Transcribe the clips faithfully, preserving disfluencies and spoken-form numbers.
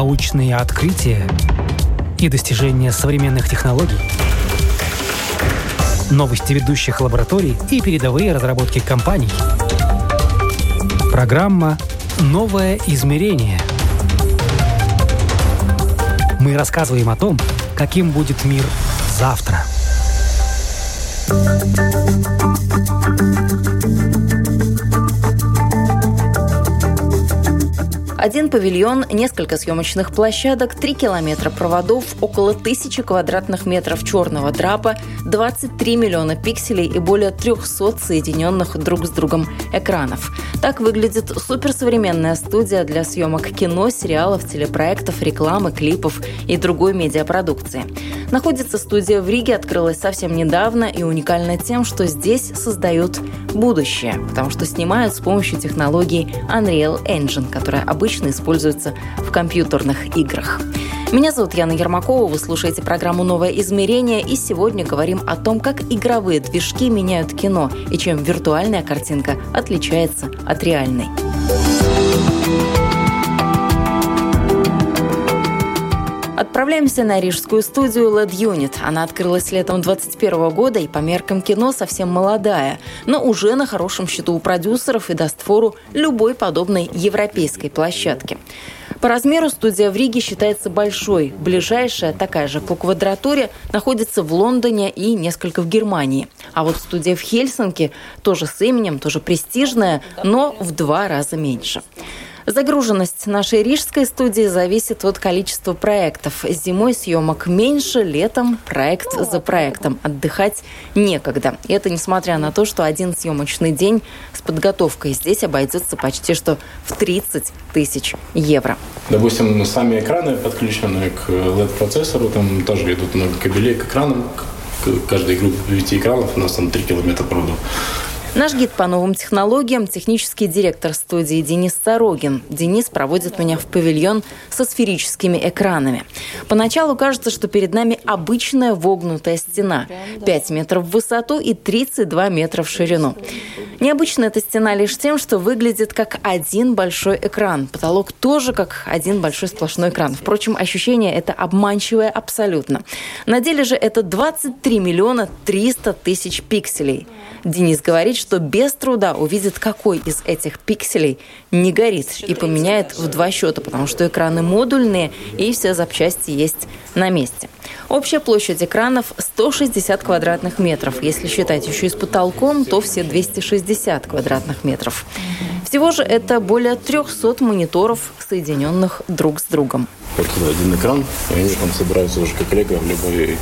научные открытия и достижения современных технологий, новости ведущих лабораторий и передовые разработки компаний. Программа «Новое измерение». Мы рассказываем о том, каким будет мир завтра. Один павильон, несколько съемочных площадок, три километра проводов, около тысячи квадратных метров черного драпа, двадцать три миллиона пикселей и более трехсот соединенных друг с другом экранов. Так выглядит суперсовременная студия для съемок кино, сериалов, телепроектов, рекламы, клипов и другой медиапродукции. Находится студия в Риге, открылась совсем недавно и уникальна тем, что здесь создают будущее, потому что снимают с помощью технологии Unreal Engine, которая обычно используется в компьютерных играх. Меня зовут Яна Ермакова, вы слушаете программу «Новое измерение», и сегодня говорим о том, как игровые движки меняют кино и чем виртуальная картинка отличается от реальной. Отправляемся на рижскую студию L E D Unit. Она открылась летом двадцать первого года и по меркам кино совсем молодая, но уже на хорошем счету у продюсеров и даст фору любой подобной европейской площадке. По размеру студия в Риге считается большой. Ближайшая, такая же по квадратуре, находится в Лондоне и несколько в Германии. А вот студия в Хельсинки тоже с именем, тоже престижная, но в два раза меньше. Загруженность нашей рижской студии зависит от количества проектов. Зимой съемок меньше, летом проект за проектом. Отдыхать некогда. И это несмотря на то, что один съемочный день с подготовкой здесь обойдется почти что в тридцать тысяч евро. Допустим, сами экраны подключены к эл и ди-процессору, там тоже идут много кабелей к экранам. К каждой группе пяти экранов у нас там три километра проводов. Наш гид по новым технологиям – технический директор студии Денис Сорогин. Денис проводит меня в павильон со сферическими экранами. Поначалу кажется, что перед нами обычная вогнутая стена. пять метров в высоту и тридцать два метра в ширину. Необычна эта стена лишь тем, что выглядит как один большой экран. Потолок тоже как один большой сплошной экран. Впрочем, ощущение это обманчивое абсолютно. На деле же это двадцать три миллиона триста тысяч пикселей. Денис говорит, что без труда увидит, какой из этих пикселей не горит, и поменяет в два счета, потому что экраны модульные и все запчасти есть на месте. Общая площадь экранов сто шестьдесят квадратных метров. Если считать еще и с потолком, то все двести шестьдесят квадратных метров. Всего же это более трехсот мониторов, соединенных друг с другом. Вот один экран, и они там собираются уже как лего в любой,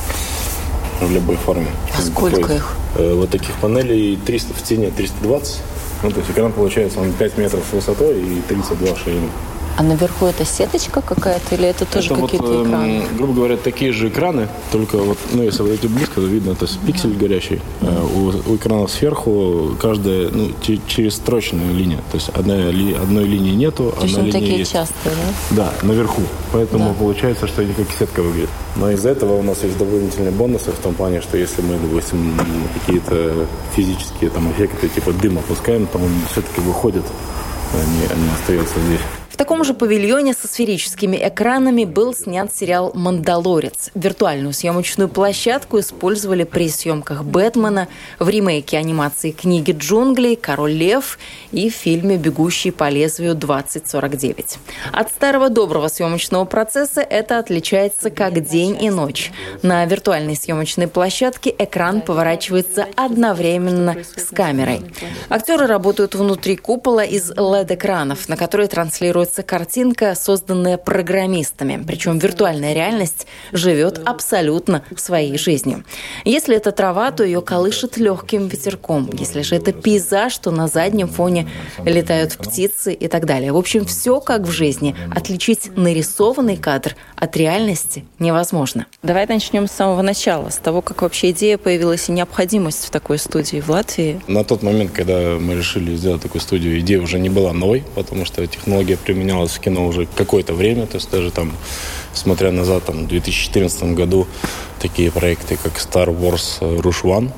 в любой форме. А сколько их? Вот таких панелей триста в стене, триста двадцать. Ну, то есть экран получается он пять метров высотой и тридцать два в ширину. А наверху это сеточка какая-то или это тоже это какие-то вот, экраны? Грубо говоря, такие же экраны, только вот, ну, если вот эти близко, то видно, то есть пиксель горящий. Mm-hmm. У, у экрана сверху каждая, ну, ч- через строчная линия. То есть одной, ли, одной линии нету, то есть одна линия такие есть. частые, да? Да, наверху. Поэтому да. Получается, что они как сетка выглядят. Но из-за этого у нас есть дополнительные бонусы в том плане, что если мы, допустим, какие-то физические там эффекты типа дыма пускаем, то он все-таки выходит, а не, а не остается здесь. В таком же павильоне со сферическими экранами был снят сериал «Мандалорец». Виртуальную съемочную площадку использовали при съемках «Бэтмена», в ремейке анимации «Книги джунглей», «Король лев» и в фильме «Бегущий по лезвию двадцать сорок девять». От старого доброго съемочного процесса это отличается как день и ночь. На виртуальной съемочной площадке экран поворачивается одновременно с камерой. Актеры работают внутри купола из эл и ди-экранов, на которые транслируют картинка, созданная программистами. Причем виртуальная реальность живет абсолютно своей жизнью. Если это трава, то ее колышет легким ветерком. Если же это пейзаж, то на заднем фоне летают птицы и так далее. В общем, все как в жизни. Отличить нарисованный кадр от реальности невозможно. Давай начнем с самого начала, с того, как вообще идея появилась и необходимость в такой студии в Латвии. На тот момент, когда мы решили сделать такую студию, идея уже не была новой, потому что технология применялась в кино уже какое-то время, то есть даже там, смотря назад, там, в две тысячи четырнадцатом году такие проекты, как Star Wars Rush One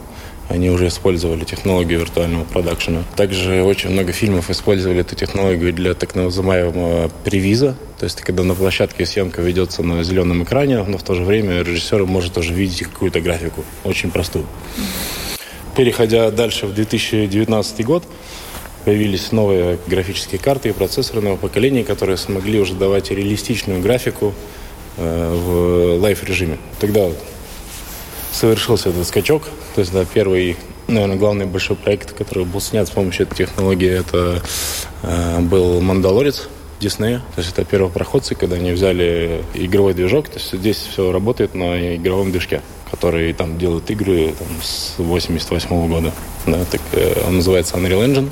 они уже использовали технологию виртуального продакшена. Также очень много фильмов использовали эту технологию для так называемого превиза. То есть, когда на площадке съемка ведется на зеленом экране, но в то же время режиссер может уже видеть какую-то графику, очень простую. Переходя дальше в две тысячи девятнадцатый год, появились новые графические карты и процессоры нового поколения, которые смогли уже давать реалистичную графику э, в лайв-режиме. Тогда совершился этот скачок. То есть, да, первый, наверное, главный большой проект, который был снят с помощью этой технологии, это э, был «Мандалорец» Диснея. То есть это первопроходцы, когда они взяли игровой движок. То есть здесь все работает на игровом движке, который там делает игры там, с восемьдесят восьмого года. Да, так, э, он называется Unreal Engine.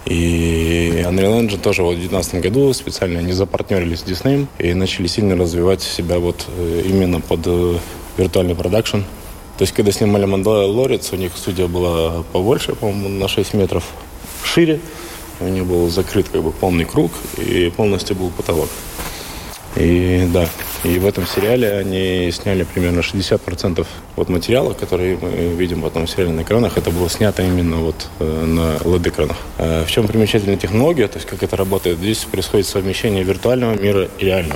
И Unreal Engine тоже вот в две тысячи девятнадцатом году специально они запартнерились с Disney и начали сильно развивать себя вот именно под э, виртуальный продакшн. То есть, когда снимали «Мандалорец», у них студия была побольше, по-моему, на шесть метров шире. У них был закрыт как бы полный круг и полностью был потолок. И да, и в этом сериале они сняли примерно шестьдесят процентов вот материала, который мы видим потом в сериале на экранах, это было снято именно вот э, на эл и ди-экранах. Э, в чем примечательная технология, то есть как это работает? Здесь происходит совмещение виртуального мира и реального.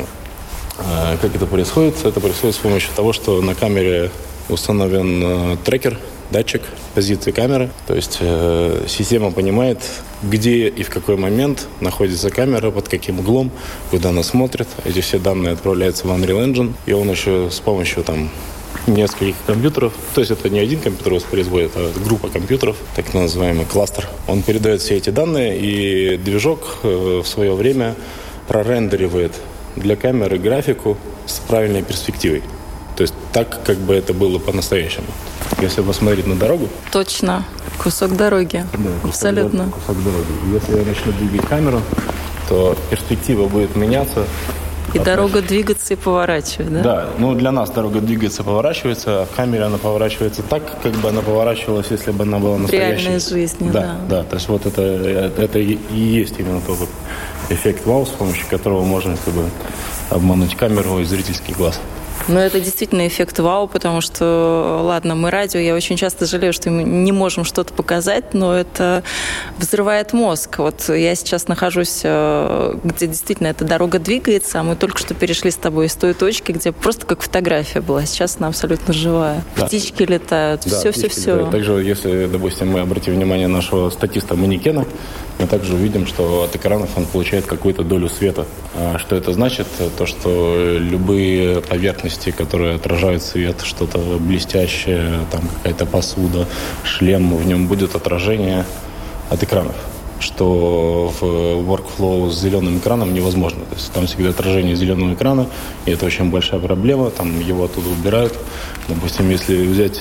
Э, как это происходит? Это происходит с помощью того, что на камере установлен э, трекер, датчик позиции камеры. То есть э, система понимает, где и в какой момент находится камера, под каким углом, куда она смотрит. Эти все данные отправляются в Unreal Engine. И он еще с помощью там нескольких компьютеров, то есть это не один компьютер воспроизводит, а группа компьютеров, так называемый кластер. Он передает все эти данные, и движок э, в свое время прорендеривает для камеры графику с правильной перспективой. То есть так, как бы это было по-настоящему. Если посмотреть на дорогу... Точно. Кусок дороги. Да, кусок абсолютно. Дор- кусок дороги. Если я начну двигать камеру, то перспектива будет меняться. И дорога двигаться и поворачивать, да? Да. Ну, для нас дорога двигается и поворачивается, а в камере она поворачивается так, как бы она поворачивалась, если бы она была настоящей. В реальной жизни, да. Да, да. То есть вот это, это и есть именно тот вот эффект вау, с помощью которого можно как бы обмануть камеру и зрительский глаз. Ну, это действительно эффект вау, потому что, ладно, мы радио, я очень часто жалею, что мы не можем что-то показать, но это взрывает мозг. Вот я сейчас нахожусь, где действительно эта дорога двигается, а мы только что перешли с тобой из той точки, где просто как фотография была. Сейчас она абсолютно живая. Да. Птички летают, да, все-все-все. Также, если, допустим, мы обратим внимание нашего статиста-манекена, мы также увидим, что от экранов он получает какую-то долю света. А что это значит? То, что любые поверхности, которые отражают свет, что-то блестящее, там какая-то посуда, шлем, в нем будет отражение от экранов, что в workflow с зеленым экраном невозможно. То есть там всегда отражение зеленого экрана, и это очень большая проблема, там его оттуда убирают. Допустим, если взять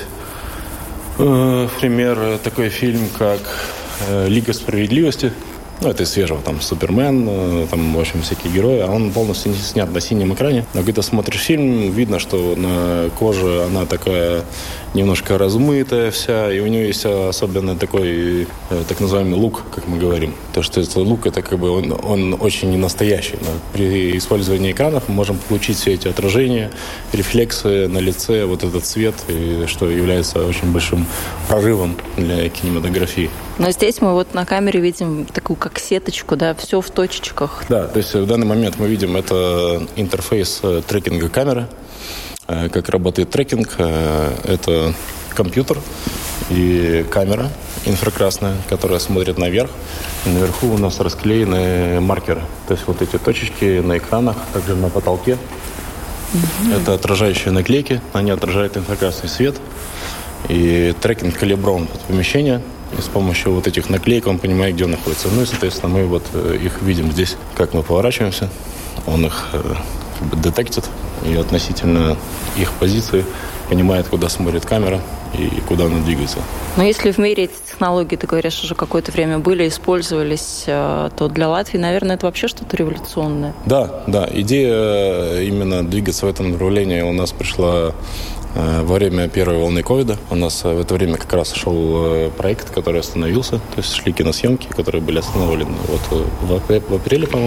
э, пример такой фильм, как «Лига справедливости», ну, это из свежего, там, Супермен, там, в общем, всякие герои, а он полностью снят на синем экране. Но когда смотришь фильм, видно, что на коже она такая немножко размытая вся, и у нее есть особенно такой, так называемый лук, как мы говорим. То, что этот лук, это как бы он, он очень ненастоящий. Но при использовании экранов мы можем получить все эти отражения, рефлексы на лице, вот этот цвет, и что является очень большим прорывом для кинематографии. Но здесь мы вот на камере видим такую как сеточку, да, все в точечках. Да, то есть в данный момент мы видим это интерфейс трекинга камеры. Как работает трекинг, это компьютер и камера инфракрасная, которая смотрит наверх. И наверху у нас расклеены маркеры. То есть вот эти точечки на экранах, также на потолке. Угу. Это отражающие наклейки, они отражают инфракрасный свет. И трекинг калиброван под помещение. И с помощью вот этих наклеек он понимает, где он находится. Ну и, соответственно, мы вот их видим здесь, как мы поворачиваемся. Он их как бы детектит и относительно их позиции понимает, куда смотрит камера и куда она двигается. Но если в мире эти технологии, ты говоришь, уже какое-то время были, использовались, то для Латвии, наверное, это вообще что-то революционное. Да, да. Идея именно двигаться в этом направлении у нас пришла во время первой волны ковида. У нас в это время как раз шел проект, который остановился. То есть шли киносъемки, которые были остановлены вот в апреле, по-моему.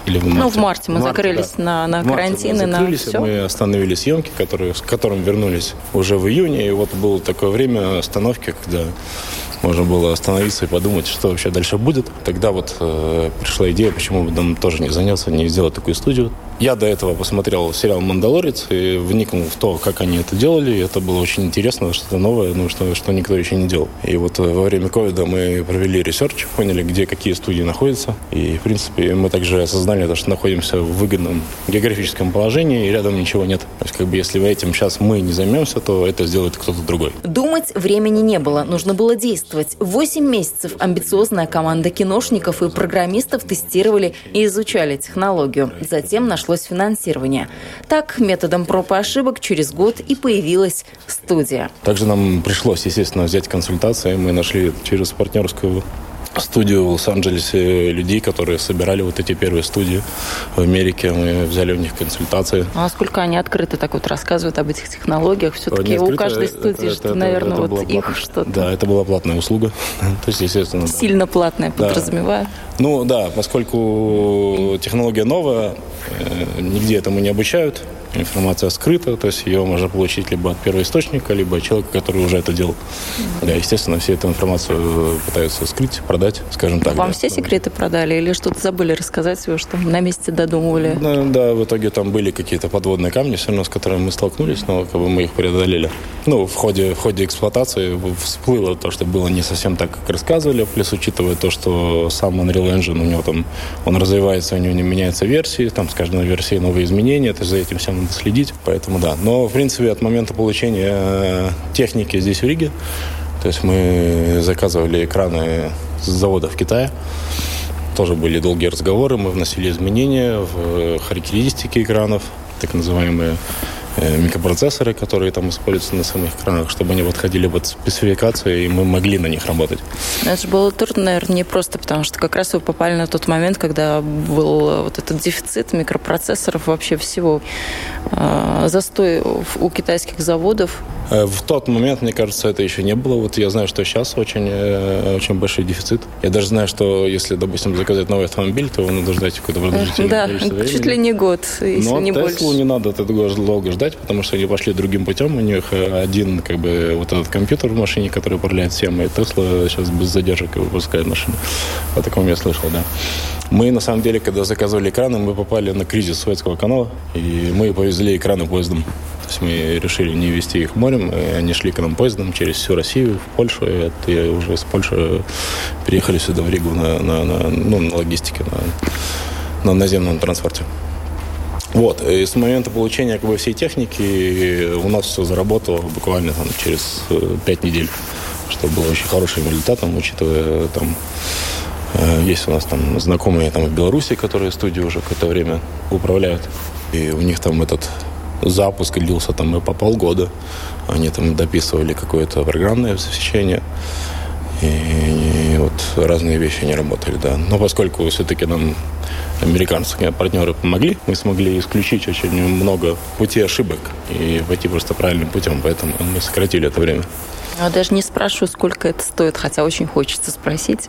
Или в марте? Ну, в марте мы в марте, закрылись да. на, на карантин и на все. Мы остановили съемки, которые, с которыми вернулись уже в июне. И вот было такое время остановки, когда можно было остановиться и подумать, что вообще дальше будет. Тогда вот э, пришла идея, почему бы нам тоже не заняться, не сделать такую студию. Я до этого посмотрел сериал «Мандалорец» и вникнул в то, как они это делали. И это было очень интересно, что-то новое, ну, что, что никто еще не делал. И вот во время ковида мы провели ресерч, поняли, где какие студии находятся. И, в принципе, мы также осознали, что находимся в выгодном географическом положении, и рядом ничего нет. То есть, как бы, если этим сейчас мы не займемся, то это сделает кто-то другой. Думать времени не было, нужно было действовать. Восемь месяцев амбициозная команда киношников и программистов тестировали и изучали технологию. Затем нашлось финансирование. Так, методом проб и ошибок через год и появилась студия. Также нам пришлось, естественно, взять консультации. Мы нашли через партнерскую студию в Лос-Анджелесе людей, которые собирали вот эти первые студии в Америке. Мы взяли у них консультации. А сколько они открыто так вот рассказывают об этих технологиях? Все-таки у каждой студии, это, это, наверное, это, это вот их платная, что-то... Да, это была платная услуга. То есть, естественно... Сильно да. платная, подразумеваю. Да. Ну да, поскольку технология новая, нигде этому не обучают, информация скрыта, то есть ее можно получить либо от первоисточника, либо от человека, который уже это делал. Да, естественно, все эту информацию пытаются скрыть, продать, скажем так. Вам да. все секреты продали или что-то забыли рассказать, всего, что на месте додумывали? Да, да, в итоге там были какие-то подводные камни, все равно, с которыми мы столкнулись, но как бы мы их преодолели. Ну, в ходе, в ходе эксплуатации всплыло то, что было не совсем так, как рассказывали, плюс учитывая то, что сам Unreal Engine, у него там, он развивается, у него не меняются версии, там с каждой версией новые изменения, то есть за этим всем надо следить, поэтому да. Но, в принципе, от момента получения техники здесь в Риге, то есть мы заказывали экраны с завода в Китае, тоже были долгие разговоры, мы вносили изменения в характеристики экранов, так называемые микропроцессоры, которые там используются на самих экранах, чтобы они подходили под спецификации, и мы могли на них работать. Это же было трудно, наверное, не просто, потому что как раз вы попали на тот момент, когда был вот этот дефицит микропроцессоров, вообще всего. Застой у китайских заводов. В тот момент, мне кажется, это еще не было. Вот я знаю, что сейчас очень, очень большой дефицит. Я даже знаю, что если, допустим, заказать новый автомобиль, то его надо ждать какое-то продолжительное да, количество времени. Чуть ли не год, если Но не больше. Теслу не надо это долго ждать, потому что они пошли другим путем. У них один, как бы, вот этот компьютер в машине, который управляет всем, и Тесла сейчас без задержек выпускает машины. О таком я слышал, да. Мы, на самом деле, когда заказывали экраны, мы попали на кризис Суэцкого канала, и мы повезли экраны поездом. То есть мы решили не везти их морем, и они шли к нам поездом через всю Россию, в Польшу, и это уже с Польши переехали сюда, в Ригу, на, на, на, ну, на логистике, на, на наземном транспорте. Вот, и с момента получения как бы всей техники у нас все заработало буквально там, через пять недель, что было очень хорошим результатом, учитывая там есть у нас там знакомые там в Беларуси, которые студию уже какое-то время управляют, и у них там этот запуск длился там и по полгода, они там дописывали какое-то программное обеспечение, и, и вот разные вещи не работали, да. Но поскольку все-таки нам американские партнеры помогли, мы смогли исключить очень много путей ошибок и пойти просто правильным путем, поэтому мы сократили это время. Я даже не спрашиваю, сколько это стоит, хотя очень хочется спросить.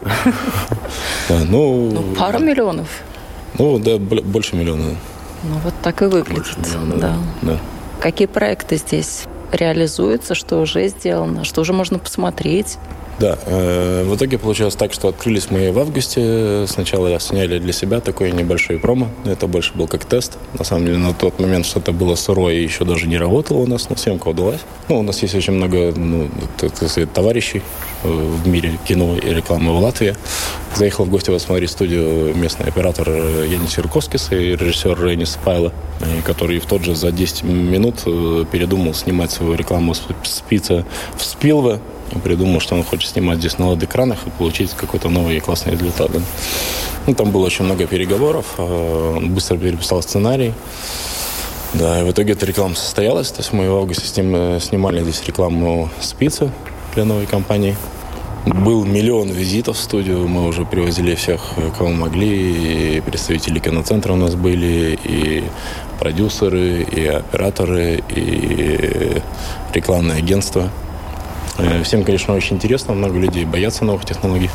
Ну, пару миллионов. Ну, да, больше миллиона. Ну, вот так и выглядит. Да. Да. Какие проекты здесь реализуются, что уже сделано, что уже можно посмотреть? Да, э, в итоге получилось так, что открылись мы в августе. Сначала сняли для себя такой небольшой промо. Это больше был как тест. На самом деле, на тот момент что-то было сырое и еще даже не работало у нас, но съемка удалась. Ну, у нас есть очень много ну, товарищей в мире кино и рекламы в Латвии. Заехал в гости посмотреть студию местный оператор Янис Юрковскис и режиссер Рейнис Пайла, который в тот же за десять минут передумал снимать свою рекламу спица в Спилве. Он придумал, что он хочет снимать здесь на эл и ди-экранах и получить какой-то новый и классный результат. Да? Ну, там было очень много переговоров. Он быстро переписал сценарий. Да, и в итоге эта реклама состоялась. То есть мы в августе с ним снимали здесь рекламу спицы для новой компании. Был миллион визитов в студию. Мы уже привозили всех, кого могли. И представители киноцентра у нас были, и продюсеры, и операторы, и рекламное агентство. Всем, конечно, очень интересно. Много людей боятся новых технологий.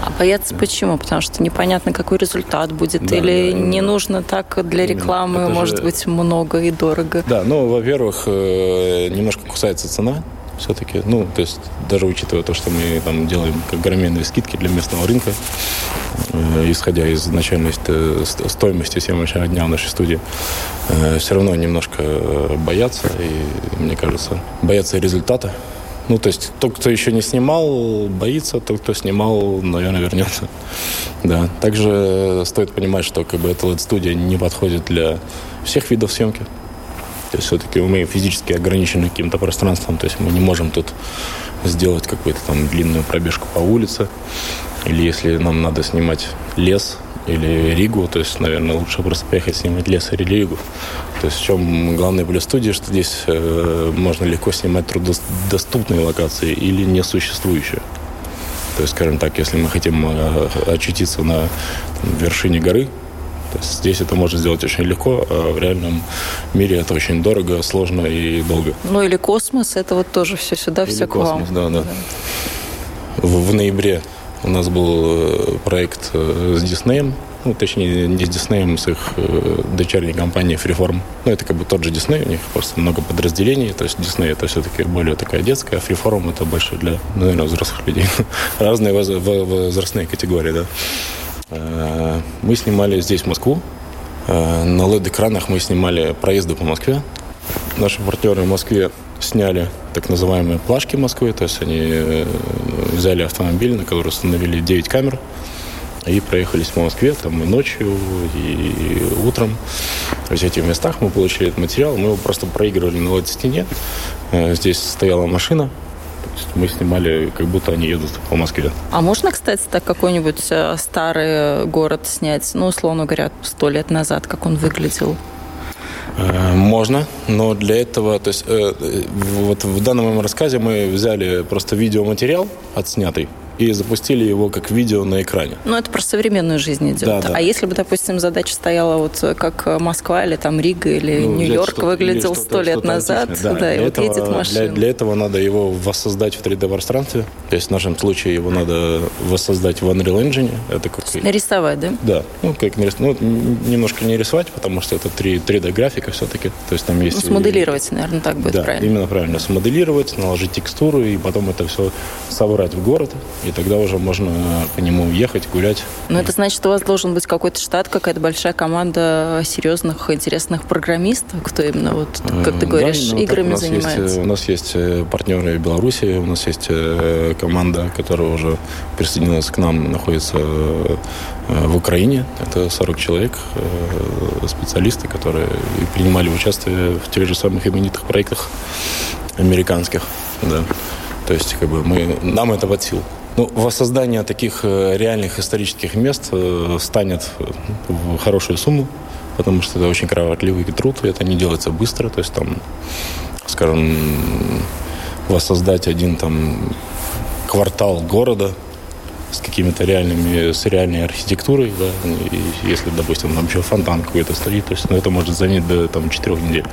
А бояться почему? Потому что непонятно, какой результат будет, да, или да, не именно. Нужно так для рекламы, это может же... быть, много и дорого? Да, ну, во-первых, немножко кусается цена. Все-таки, ну, то есть даже учитывая то, что мы там делаем как огроменные скидки для местного рынка, э, исходя из начальной стоимости съемочного дня в нашей студии, э, все равно немножко боятся, и, мне кажется, боятся результата. Ну, то есть тот, кто еще не снимал, боится, тот, кто снимал, наверное, вернется. Да. Также стоит понимать, что как бы эта эл и ди-студия не подходит для всех видов съемки. То есть все-таки мы физически ограничены каким-то пространством, то есть мы не можем тут сделать какую-то там длинную пробежку по улице. Или если нам надо снимать лес или Ригу, то есть, наверное, лучше просто поехать снимать лес или Ригу. То есть в чем главный плюс студии, что здесь э, можно легко снимать труднодоступные локации или несуществующие. То есть, скажем так, если мы хотим э, очутиться на там, вершине горы, то есть здесь это можно сделать очень легко, а в реальном мире это очень дорого, сложно и долго. Ну или космос, это вот тоже все сюда, или все к космос, вам. Да, да. да. В, в ноябре у нас был проект с Диснеем, ну, точнее, не с Диснеем, с их дочерней компанией Freeform. Ну, это как бы тот же Дисней, у них просто много подразделений. То есть Дисней это все-таки более такая детская, а Freeform это больше для, наверное, взрослых людей. Разные возрастные категории, да. Мы снимали здесь, в Москву. На эл и ди-экранах мы снимали проезды по Москве. Наши партнеры в Москве сняли так называемые плашки Москвы. То есть они взяли автомобиль, на который установили девять камер, и проехались по Москве там и ночью, и утром. В этих местах мы получили этот материал. Мы его просто проигрывали на эл и ди-стене. Здесь стояла машина. Мы снимали, как будто они едут по Москве. А можно, кстати, так какой-нибудь старый город снять, ну, условно говоря, сто лет назад, как он выглядел? Можно, но для этого, то есть, вот в данном моем рассказе мы взяли просто видеоматериал отснятый и запустили его как видео на экране. Ну, это про современную жизнь идет. Да, да. А если бы, допустим, задача стояла вот как Москва или там Рига или ну, Нью-Йорк выглядел сто лет назад, да, да, и вот этого, едет машина. Для, для этого надо его воссоздать в три дэ-пространстве. То есть в нашем случае его надо воссоздать в Unreal Engine. Это как... Нарисовать, да? Да. Ну, как нарис... ну, немножко не рисовать, потому что это три дэ-графика все-таки. То есть там есть... Ну, смоделировать, наверное, так будет да, правильно. Именно правильно. Смоделировать, наложить текстуру и потом это все собрать в город. И тогда уже можно по нему ехать, гулять. Но это значит, у вас должен быть какой-то штат, какая-то большая команда серьезных, интересных программистов, кто именно, вот, как ты говоришь, да, играми занимается. Есть, у нас есть партнеры в Беларуси, у нас есть команда, которая уже присоединилась к нам, находится в Украине. Это сорок человек, специалисты, которые принимали участие в тех же самых именитых проектах американских. Да. То есть как бы мы, нам это под силу. Ну, воссоздание таких реальных исторических мест станет в хорошую сумму, потому что это очень кропотливый труд, и это не делается быстро. То есть там, скажем, воссоздать один там квартал города с какими-то реальными, с реальной архитектурой, да, и если, допустим, там еще фонтан какой-то стоит, то есть, ну, это может занять до там четырех недель.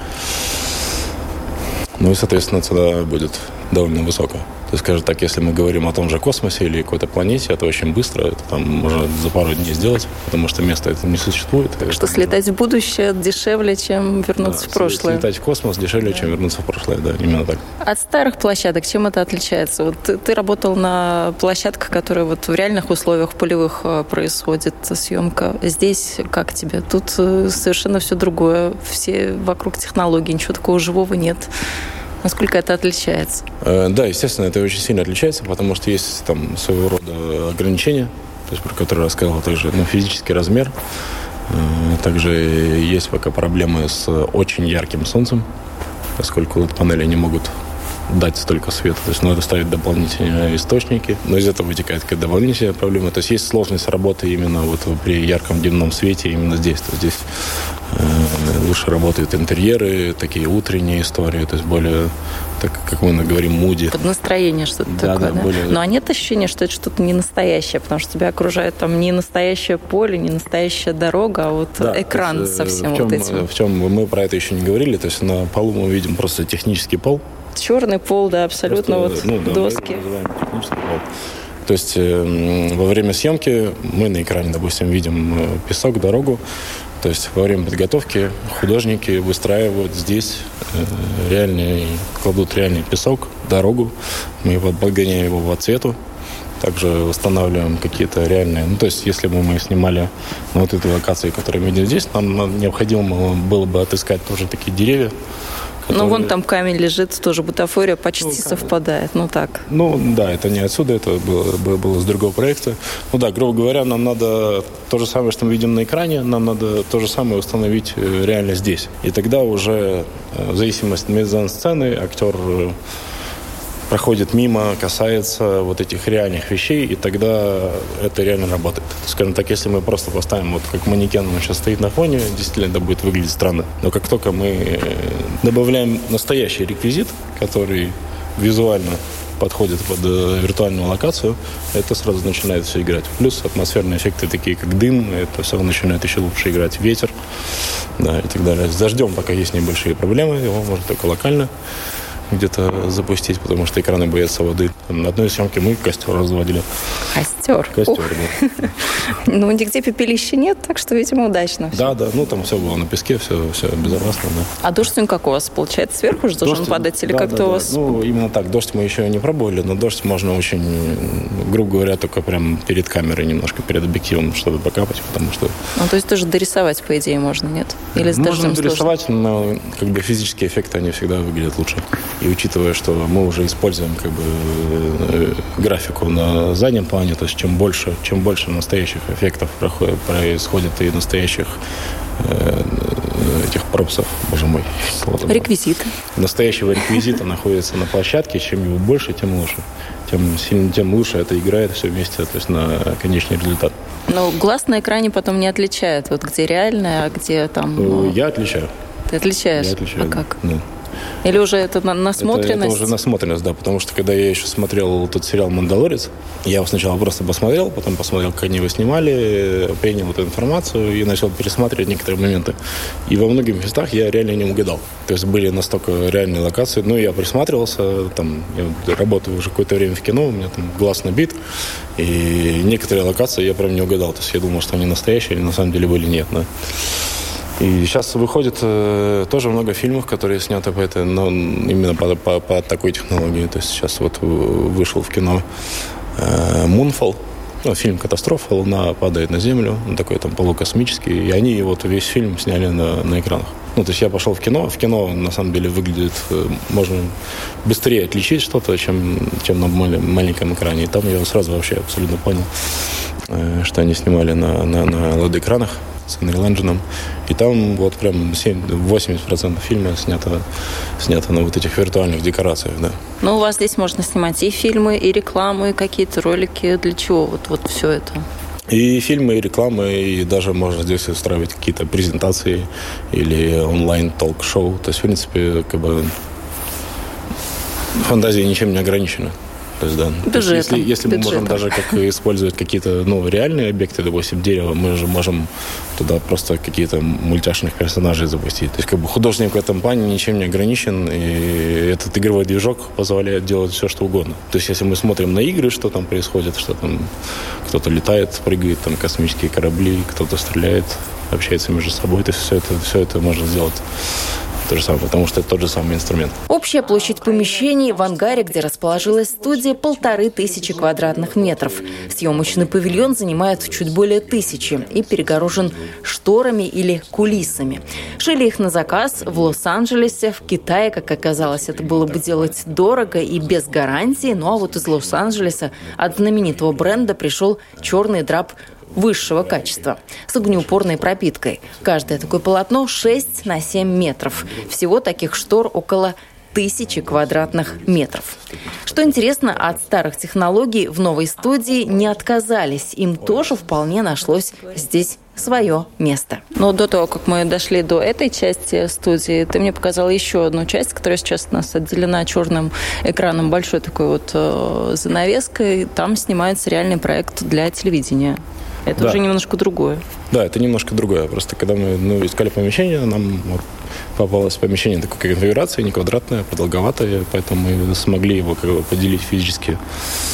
Ну и, соответственно, цена будет довольно высокая. То есть, скажем так, если мы говорим о том же космосе или какой-то планете, это очень быстро, это там можно за пару дней сделать, потому что места это не существует. Так что слетать можно... в будущее дешевле, чем вернуться да, в прошлое. Слетать в космос дешевле, да. чем вернуться в прошлое, да, именно так. От старых площадок чем это отличается? Вот ты, ты работал на площадках, которые вот в реальных условиях полевых происходит съемка. Здесь как тебе? Тут совершенно все другое. Все вокруг технологий, ничего такого живого нет. Насколько это отличается? Да, естественно, это очень сильно отличается, потому что есть там своего рода ограничения, то есть про которые я рассказывал, также ну, физический размер. Также есть пока проблемы с очень ярким солнцем, поскольку эл и ди-панели не могут дать столько света. То есть надо ставить дополнительные источники. Но из этого вытекает какая-то дополнительная проблема. То есть есть сложность работы именно вот при ярком дневном свете именно здесь. То есть здесь э, лучше работают интерьеры, такие утренние истории, то есть более, так как мы говорим, муди. Под настроение что-то да, такое, да? да? Более... Но а нет ощущения, что это что-то не настоящее, потому что тебя окружает там не настоящее поле, не настоящая дорога, а вот да, экран есть, со всем чем, вот этим. В чем мы про это еще не говорили, то есть на полу мы видим просто технический пол. Черный пол, да, абсолютно просто, вот ну, да, доски. Мы называем технический пол. То есть э, во время съемки мы на экране, допустим, видим песок, дорогу. То есть во время подготовки художники выстраивают здесь э, реальный, кладут реальный песок, дорогу. Мы его подгоняем его по цвету. Также устанавливаем какие-то реальные... Ну, то есть, если бы мы снимали на вот этой локации, которую мы видим здесь, нам необходимо было бы отыскать тоже такие деревья. Которые... Ну, вон там камень лежит, тоже бутафория почти ну, совпадает. Ну, так. Ну, да, это не отсюда, это было, было с другого проекта. Ну, да, грубо говоря, нам надо то же самое, что мы видим на экране, нам надо то же самое установить реально здесь. И тогда уже, в зависимости от мизансцены, актер проходит мимо, касается вот этих реальных вещей, и тогда это реально работает. Скажем так, если мы просто поставим, вот как манекен, он сейчас стоит на фоне, действительно это будет выглядеть странно. Но как только мы добавляем настоящий реквизит, который визуально подходит под виртуальную локацию, это сразу начинает все играть. Плюс атмосферные эффекты, такие как дым, это все начинает еще лучше играть, ветер, да, и так далее. С дождем пока есть небольшие проблемы, его можно только локально где-то запустить, потому что экраны боятся воды. На одной съемке мы костер разводили. Костер? Костер, да. Ну, нигде пепелища нет, так что, видимо, удачно. Да, да, ну там все было на песке, все, все безопасно, да. А дождь сегодня как у вас? Получается, сверху же должен падать? Или как-то у вас... Ну, именно так. Дождь мы еще не пробовали, но дождь можно очень, грубо говоря, только прям перед камерой, немножко перед объективом, чтобы покапать, потому что... Ну, то есть тоже дорисовать, по идее, можно, нет? Или с дождем можно дорисовать, но как бы физические эффекты, они всегда выглядят лучше. И учитывая, что мы уже используем как бы графику на заднем плане, то есть чем больше, чем больше настоящих эффектов происходит и настоящих э, этих пропсов, боже мой. Реквизит. Настоящего реквизита находится на площадке, чем его больше, тем лучше. Тем, сильно, тем лучше это играет все вместе, то есть на конечный результат. Но глаз на экране потом не отличает, вот где реальное, а где там... Ну... Я отличаю. Ты отличаешь? Я отличаю. А как? Да. Или уже это насмотренность? Это, это уже насмотренность, да, потому что когда я еще смотрел тот сериал «Мандалорец», я его сначала просто посмотрел, потом посмотрел, как они его снимали, принял эту информацию и начал пересматривать некоторые моменты. И во многих местах я реально не угадал. То есть были настолько реальные локации. Ну, я присматривался, там, я работаю уже какое-то время в кино, у меня там глаз набит, и некоторые локации я прям не угадал. То есть я думал, что они настоящие, или на самом деле были нет, да. И сейчас выходит э, тоже много фильмов, которые сняты по этой, но именно по, по, по такой технологии. То есть сейчас вот вышел в кино э, «Moonfall», ну, фильм «Катастрофа», Луна падает на Землю, он такой там полукосмический, и они вот весь фильм сняли на, на экранах. Ну, то есть я пошел в кино, в кино на самом деле выглядит, можно быстрее отличить что-то, чем, чем на маленьком экране. И там я сразу вообще абсолютно понял, э, что они снимали на, на, на эл и ди-экранах с Unreal Engine. И там вот прям восемьдесят процентов фильма снято, снято на вот этих виртуальных декорациях, да. Ну, у вас здесь можно снимать и фильмы, и рекламы, и какие-то ролики. Для чего вот, вот все это? И фильмы, и рекламы, и даже можно здесь устраивать какие-то презентации или онлайн-толк-шоу. То есть, в принципе, как бы фантазия ничем не ограничена. То есть, да. То есть, если если мы можем даже как использовать какие-то ну, реальные объекты, допустим, дерево, мы же можем туда просто какие-то мультяшных персонажей запустить. То есть как бы художник в этом плане ничем не ограничен, и этот игровой движок позволяет делать все, что угодно. То есть если мы смотрим на игры, что там происходит, что там кто-то летает, прыгает, там космические корабли, кто-то стреляет, общается между собой, то есть все это, все это можно сделать. То же самое, потому что это тот же самый инструмент. Общая площадь помещений в ангаре, где расположилась студия, полторы тысячи квадратных метров. Съемочный павильон занимает чуть более тысячи и перегорожен шторами или кулисами. Шили их на заказ в Лос-Анджелесе, в Китае, как оказалось, это было бы делать дорого и без гарантии. Ну а вот из Лос-Анджелеса от знаменитого бренда пришел черный драп высшего качества, с огнеупорной пропиткой. Каждое такое полотно шесть на семь метров. Всего таких штор около тысячи квадратных метров. Что интересно, от старых технологий в новой студии не отказались. Им тоже вполне нашлось здесь свое место. Но до того, как мы дошли до этой части студии, ты мне показала еще одну часть, которая сейчас у нас отделена черным экраном, большой такой вот э, занавеской. Там снимается реальный проект для телевидения. Это да. Уже немножко другое. Да, это немножко другое. Просто когда мы ну, искали помещение, нам попалось помещение такой конфигурации, не квадратное, а продолговатое, поэтому мы смогли его как бы поделить физически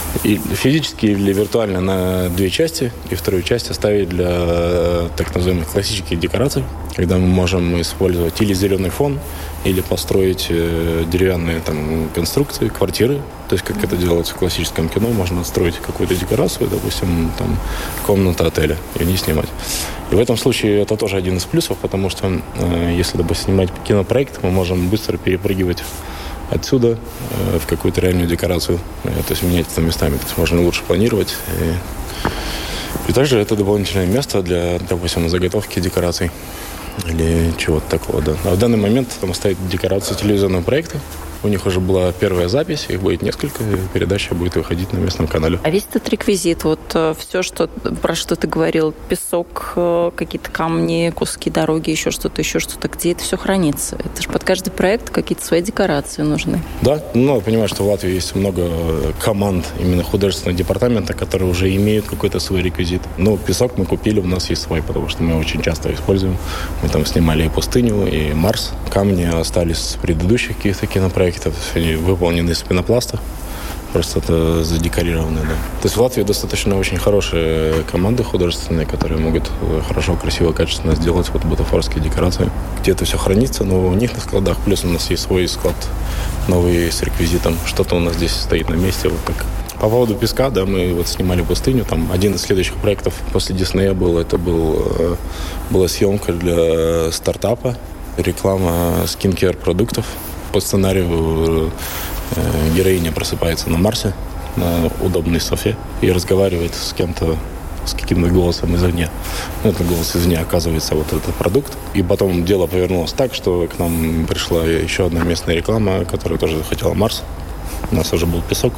И физически или виртуально на две части, и вторую часть оставить для так называемых классических декораций, когда мы можем использовать или зеленый фон, или построить деревянные там конструкции, квартиры. То есть, как это делается в классическом кино, можно строить какую-то декорацию, допустим, там, комната отеля, и не снимать. И в этом случае это тоже один из плюсов, потому что э, если, допустим, снимать кинопроект, мы можем быстро перепрыгивать отсюда э, в какую-то реальную декорацию, э, то есть менять это местами, то есть можно лучше планировать. И, и также это дополнительное место для, допустим, заготовки декораций или чего-то такого, да. А в данный момент там стоит декорация телевизионного проекта. У них уже была первая запись, их будет несколько, и передача будет выходить на местном канале. А весь этот реквизит, вот все, что, про что ты говорил, песок, какие-то камни, куски дороги, еще что-то, еще что-то, где это все хранится? Это же под каждый проект какие-то свои декорации нужны. Да, ну, надо понимать, что в Латвии есть много команд именно художественного департамента, которые уже имеют какой-то свой реквизит. Но песок мы купили, у нас есть свой, потому что мы очень часто используем. Мы там снимали и пустыню, и Марс. Камни остались с предыдущих каких-то кинопроектов. Они выполнены из пенопласта, просто это задекорировано, да. То есть в Латвии достаточно очень хорошие команды художественные, которые могут хорошо, красиво, качественно сделать вот бутафорские декорации. Где это все хранится, но у них на складах, плюс у нас есть свой склад новый с реквизитом. Что-то у нас здесь стоит на месте, вот так. По поводу песка, да, мы вот снимали пустыню, там один из следующих проектов после Диснея был, это был, была съемка для стартапа, реклама скинкер продуктов. По сценарию э, героиня просыпается на Марсе, на удобной софе, и разговаривает с кем-то, с каким-то голосом извне. Ну, это голос извне, оказывается, вот этот продукт. И потом дело повернулось так, что к нам пришла еще одна местная реклама, которая тоже захотела Марс. У нас уже был песок.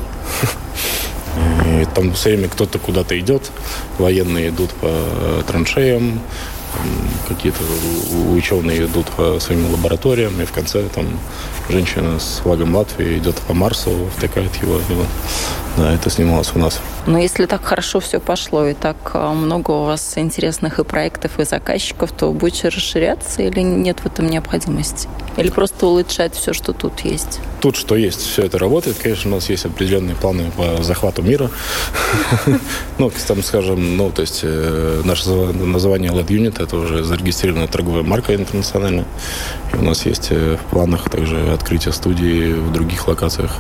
И там все время кто-то куда-то идет. Военные идут по траншеям, какие-то ученые идут по своим лабораториям, и в конце там женщина с флагом Латвии идет по Марсу, втыкает его. его. Да, это снималось у нас. Но если так хорошо все пошло, и так много у вас интересных и проектов, и заказчиков, то будете расширяться или нет в этом необходимости? Или просто улучшать все, что тут есть? Тут что есть, все это работает. Конечно, у нас есть определенные планы по захвату мира. Ну, там, скажем, ну, то есть наше название L E D Unit — это уже зарегистрированная торговая марка интернациональная. И у нас есть в планах также открытие студии в других локациях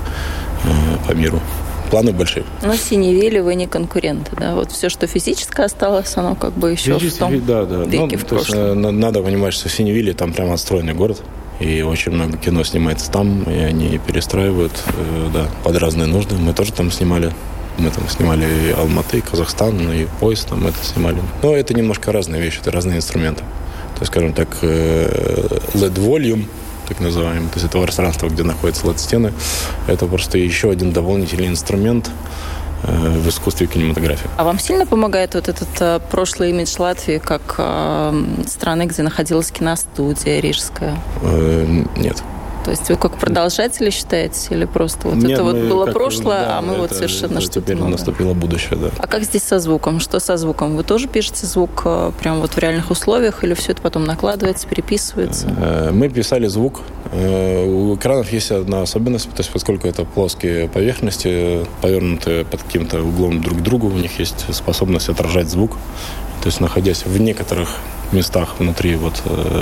по миру. Планы большие. Но Синевели вы не конкуренты, да? Вот все, что физическое осталось, оно как бы еще в том да, да. веке, ну, в то есть, прошлом. надо понимать, что Синевели там прямо отстроенный город. И очень много кино снимается там, и они перестраивают э, да, под разные нужды. Мы тоже там снимали. Мы там снимали и Алматы, и Казахстан, и поезд там это снимали. Но это немножко разные вещи, это разные инструменты. То есть, скажем так, э, L E D Volume, так называемый, то есть это пространство, где находятся L E D-стены, это просто еще один дополнительный инструмент в искусстве и кинематографии. А вам сильно помогает вот этот э, прошлый имидж Латвии как э, страны, где находилась киностудия рижская? Э, нет. То есть вы как продолжатели считаете? Или просто вот Нет, это вот было как, прошлое, да, а мы это, вот совершенно это что-то теперь новое? Наступило будущее, да. А как здесь со звуком? Что со звуком? Вы тоже пишете звук э, прямо вот в реальных условиях или все это потом накладывается, переписывается? Мы писали звук. У экранов есть одна особенность, то есть поскольку это плоские поверхности, повернутые под каким-то углом друг к другу, у них есть способность отражать звук. То есть находясь в некоторых местах внутри вот э,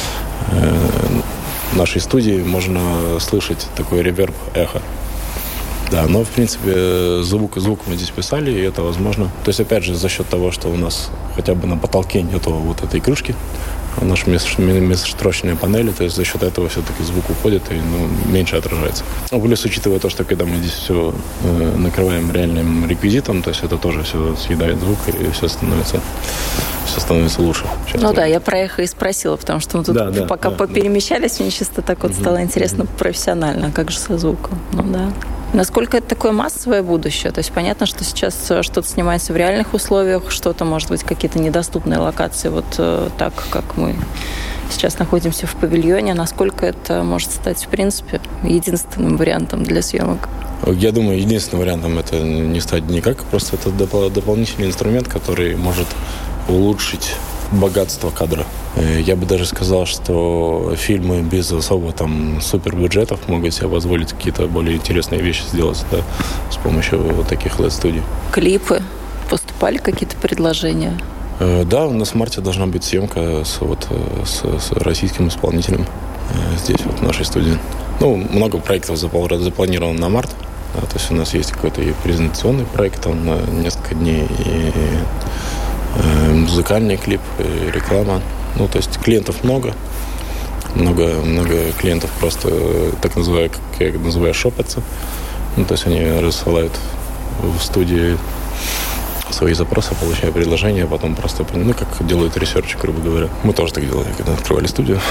э, нашей студии, можно слышать такой реверб, эхо. Да, но, в принципе, звук и звук мы здесь писали, и это возможно. То есть, опять же, за счет того, что у нас хотя бы на потолке нету вот этой крышки, у нас межстрочные панели, то есть за счет этого все-таки звук уходит и ну, меньше отражается. Ну, плюс, учитывая то, что когда мы здесь все э, накрываем реальным реквизитом, то есть это тоже все съедает звук, и все становится, все становится лучше. Ну да, я про эхо и спросила, потому что мы тут да, да, пока да, поперемещались, да. Мне чисто так вот стало интересно профессионально, как же со звуком. Ну да. Насколько это такое массовое будущее? То есть понятно, что сейчас что-то снимается в реальных условиях, что-то, может быть, какие-то недоступные локации, вот э, так, как мы сейчас находимся в павильоне. Насколько это может стать, в принципе, единственным вариантом для съемок? Я думаю, единственным вариантом это не стать никак. Просто это доп- дополнительный инструмент, который может улучшить богатство кадра. Я бы даже сказал, что фильмы без особо там супербюджетов могут себе позволить какие-то более интересные вещи сделать, да, с помощью вот таких эл и ди-студий. Клипы? Поступали какие-то предложения? Да, у нас в марте должна быть съемка с, вот, с, с российским исполнителем здесь, вот, в нашей студии. Ну, много проектов запланировано на март. Да, то есть у нас есть какой-то и презентационный проект, он на несколько дней, и э, музыкальный клип, и реклама. Ну, то есть клиентов много. Много, много клиентов просто, так называю, как я называю, шопятся. Ну, то есть они рассылают в студии свои запросы, получая предложения, а потом просто, ну, как делают ресерч, грубо говоря. Мы тоже так делали, когда открывали студию.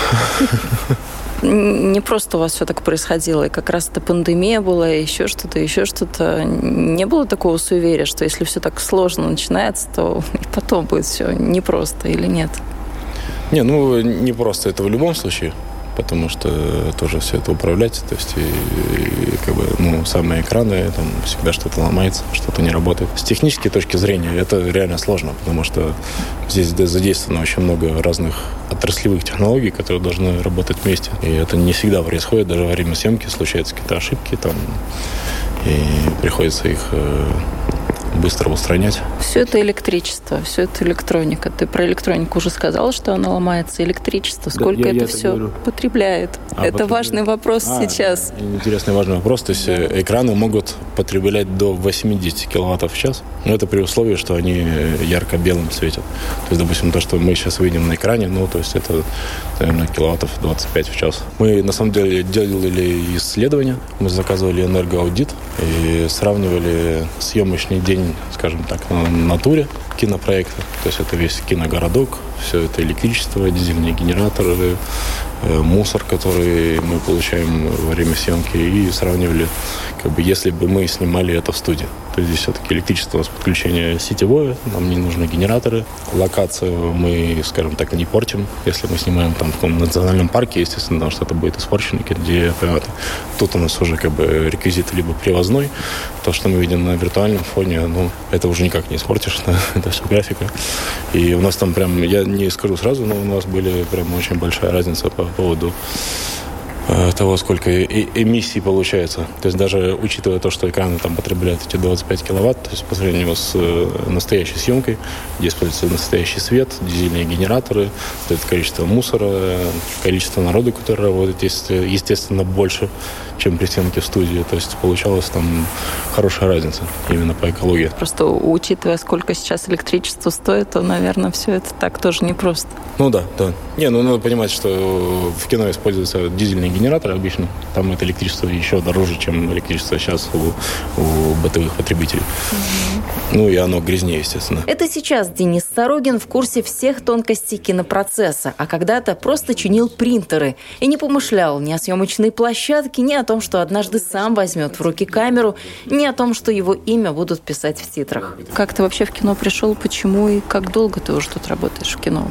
Не просто у вас все так происходило, и как раз это пандемия была, и еще что-то, еще что-то. Не было такого суеверия, что если все так сложно начинается, то и потом будет все непросто или нет? Не, ну, не просто это в любом случае, потому что тоже все это управлять, то есть и, и как бы, ну, самые экраны, там всегда что-то ломается, что-то не работает. С технической точки зрения это реально сложно, потому что здесь задействовано очень много разных отраслевых технологий, которые должны работать вместе. И это не всегда происходит, даже во время съемки случаются какие-то ошибки там, и приходится их быстро устранять. Все это электричество, все это электроника. Ты про электронику уже сказал, что она ломается. Электричество, сколько да, я, это я все говорю. Потребляет? А, это потребляет. Важный вопрос а, сейчас. Интересный важный вопрос. То есть да. Экраны могут потреблять до восемьдесят киловаттов в час, но это при условии, что они ярко-белым светят. То есть, допустим, то, что мы сейчас видим на экране, ну, то есть это, наверное, киловаттов двадцать пять в час. Мы, на самом деле, делали исследования, мы заказывали энергоаудит и сравнивали съемочный день, скажем так, на натуре кинопроекта. То есть это весь киногородок, все это электричество, дизельные генераторы, мусор, который мы получаем во время съемки, и сравнивали, как бы, если бы мы снимали это в студии. То есть здесь все-таки электричество с подключением сетевое, нам не нужны генераторы. Локацию мы, скажем так, не портим. Если мы снимаем там в каком-то национальном парке, естественно, потому что это будет испорчено, где тут у нас уже как бы реквизит либо привозной. То, что мы видим на виртуальном фоне, ну, это уже никак не испортишь, да? Это все графика. И у нас там прям, я не скажу сразу, но у нас были прям очень большая разница по поводу того, сколько и эмиссий получается. То есть даже учитывая то, что экраны там потребляют эти двадцать пять киловатт, то есть по сравнению с настоящей съемкой, где используется настоящий свет, дизельные генераторы, это количество мусора, количество народу, который работает, естественно, больше, чем при съемке в студии. То есть получалась там хорошая разница именно по экологии. Просто учитывая, сколько сейчас электричество стоит, то, наверное, все это так тоже непросто. Ну да, да. Не, ну надо понимать, что в кино используются дизельные генераторы обычно. Там это электричество еще дороже, чем электричество сейчас у, у бытовых потребителей. Mm-hmm. Ну и оно грязнее, естественно. Это сейчас Денис Сорогин в курсе всех тонкостей кинопроцесса, а когда-то просто чинил принтеры и не помышлял ни о съемочной площадке, ни о том, что однажды сам возьмет в руки камеру, ни о том, что его имя будут писать в титрах. Как ты вообще в кино пришел, почему и как долго ты уже тут работаешь в кино?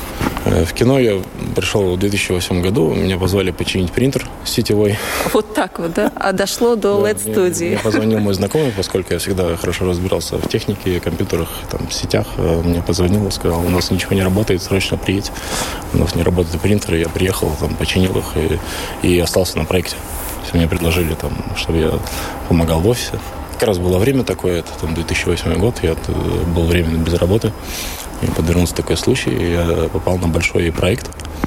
В кино я пришел в две тысячи восьмом году, меня позвали починить принтер сетевой. Вот так вот, да? А дошло до эл и ди-студии. Мне позвонил мой знакомый, поскольку я всегда хорошо разбирался в технике, компьютерах, там, сетях. Мне позвонил и сказал, у нас ничего не работает, срочно приедь. У нас не работают принтеры, я приехал, там, починил их и, и остался на проекте. Мне предложили, там, чтобы я помогал в офисе. Как раз было время такое, это там, две тысячи восьмой год, я был временно без работы. И подвернулся такой случай, и я попал на большой проект.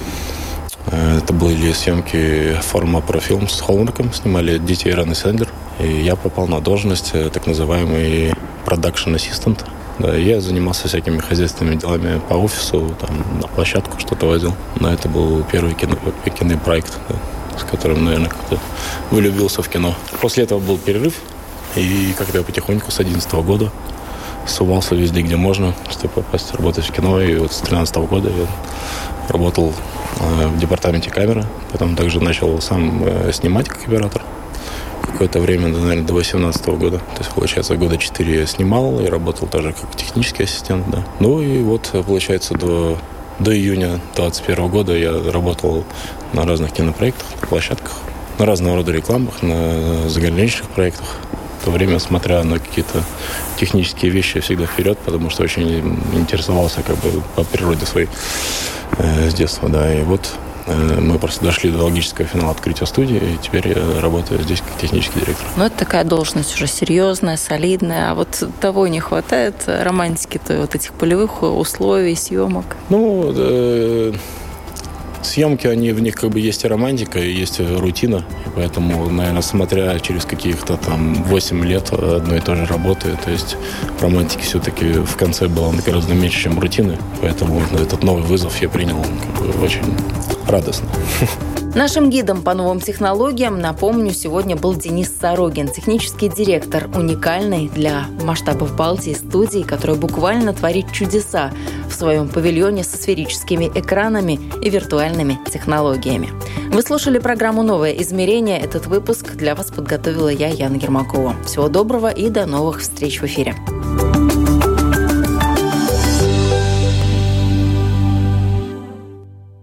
Это были съемки форма профильм с Холмарком, снимали детей Раны Сэндлер. И я попал на должность так называемый production assistant. Да, я занимался всякими хозяйственными делами по офису, там, на площадку что-то возил. Но это был первый кино, кинопроект, да, с которым, наверное, как-то влюбился в кино. После этого был перерыв, и как-то я потихоньку с две тысячи одиннадцатого года сувался везде, где можно, чтобы попасть работать в кино. И вот с две тысячи тринадцатого года я работал э, в департаменте камеры. Потом также начал сам э, снимать как оператор. Какое-то время, наверное, до две тысячи восемнадцатого года. То есть, получается, года четыре я снимал и работал тоже как технический ассистент. Да. Ну и вот, получается, до, до июня две тысячи двадцать первого года я работал на разных кинопроектах, площадках, на разного рода рекламах, на заграничных проектах. то время, смотря на какие-то технические вещи, всегда вперед, потому что очень интересовался как бы по природе своей э, с детства, да, и вот э, мы просто дошли до логического финала открытия студии, и теперь я работаю здесь как технический директор. Ну, это такая должность уже серьезная, солидная, а вот того не хватает, романтики-то, вот этих полевых условий, съемок? Ну, э, съемки, они, в них как бы есть и романтика, и есть рутина. И поэтому, наверное, смотря через каких-то там восемь лет одной и той же работы, то есть романтики все-таки в конце было гораздо меньше, чем рутины. Поэтому этот новый вызов я принял как бы очень радостно. Нашим гидом по новым технологиям, напомню, сегодня был Денис Сорогин, технический директор уникальной для масштабов Балтии студии, которая буквально творит чудеса в своем павильоне со сферическими экранами и виртуальными технологиями. Вы слушали программу «Новое измерение». Этот выпуск для вас подготовила я, Яна Ермакова. Всего доброго и до новых встреч в эфире.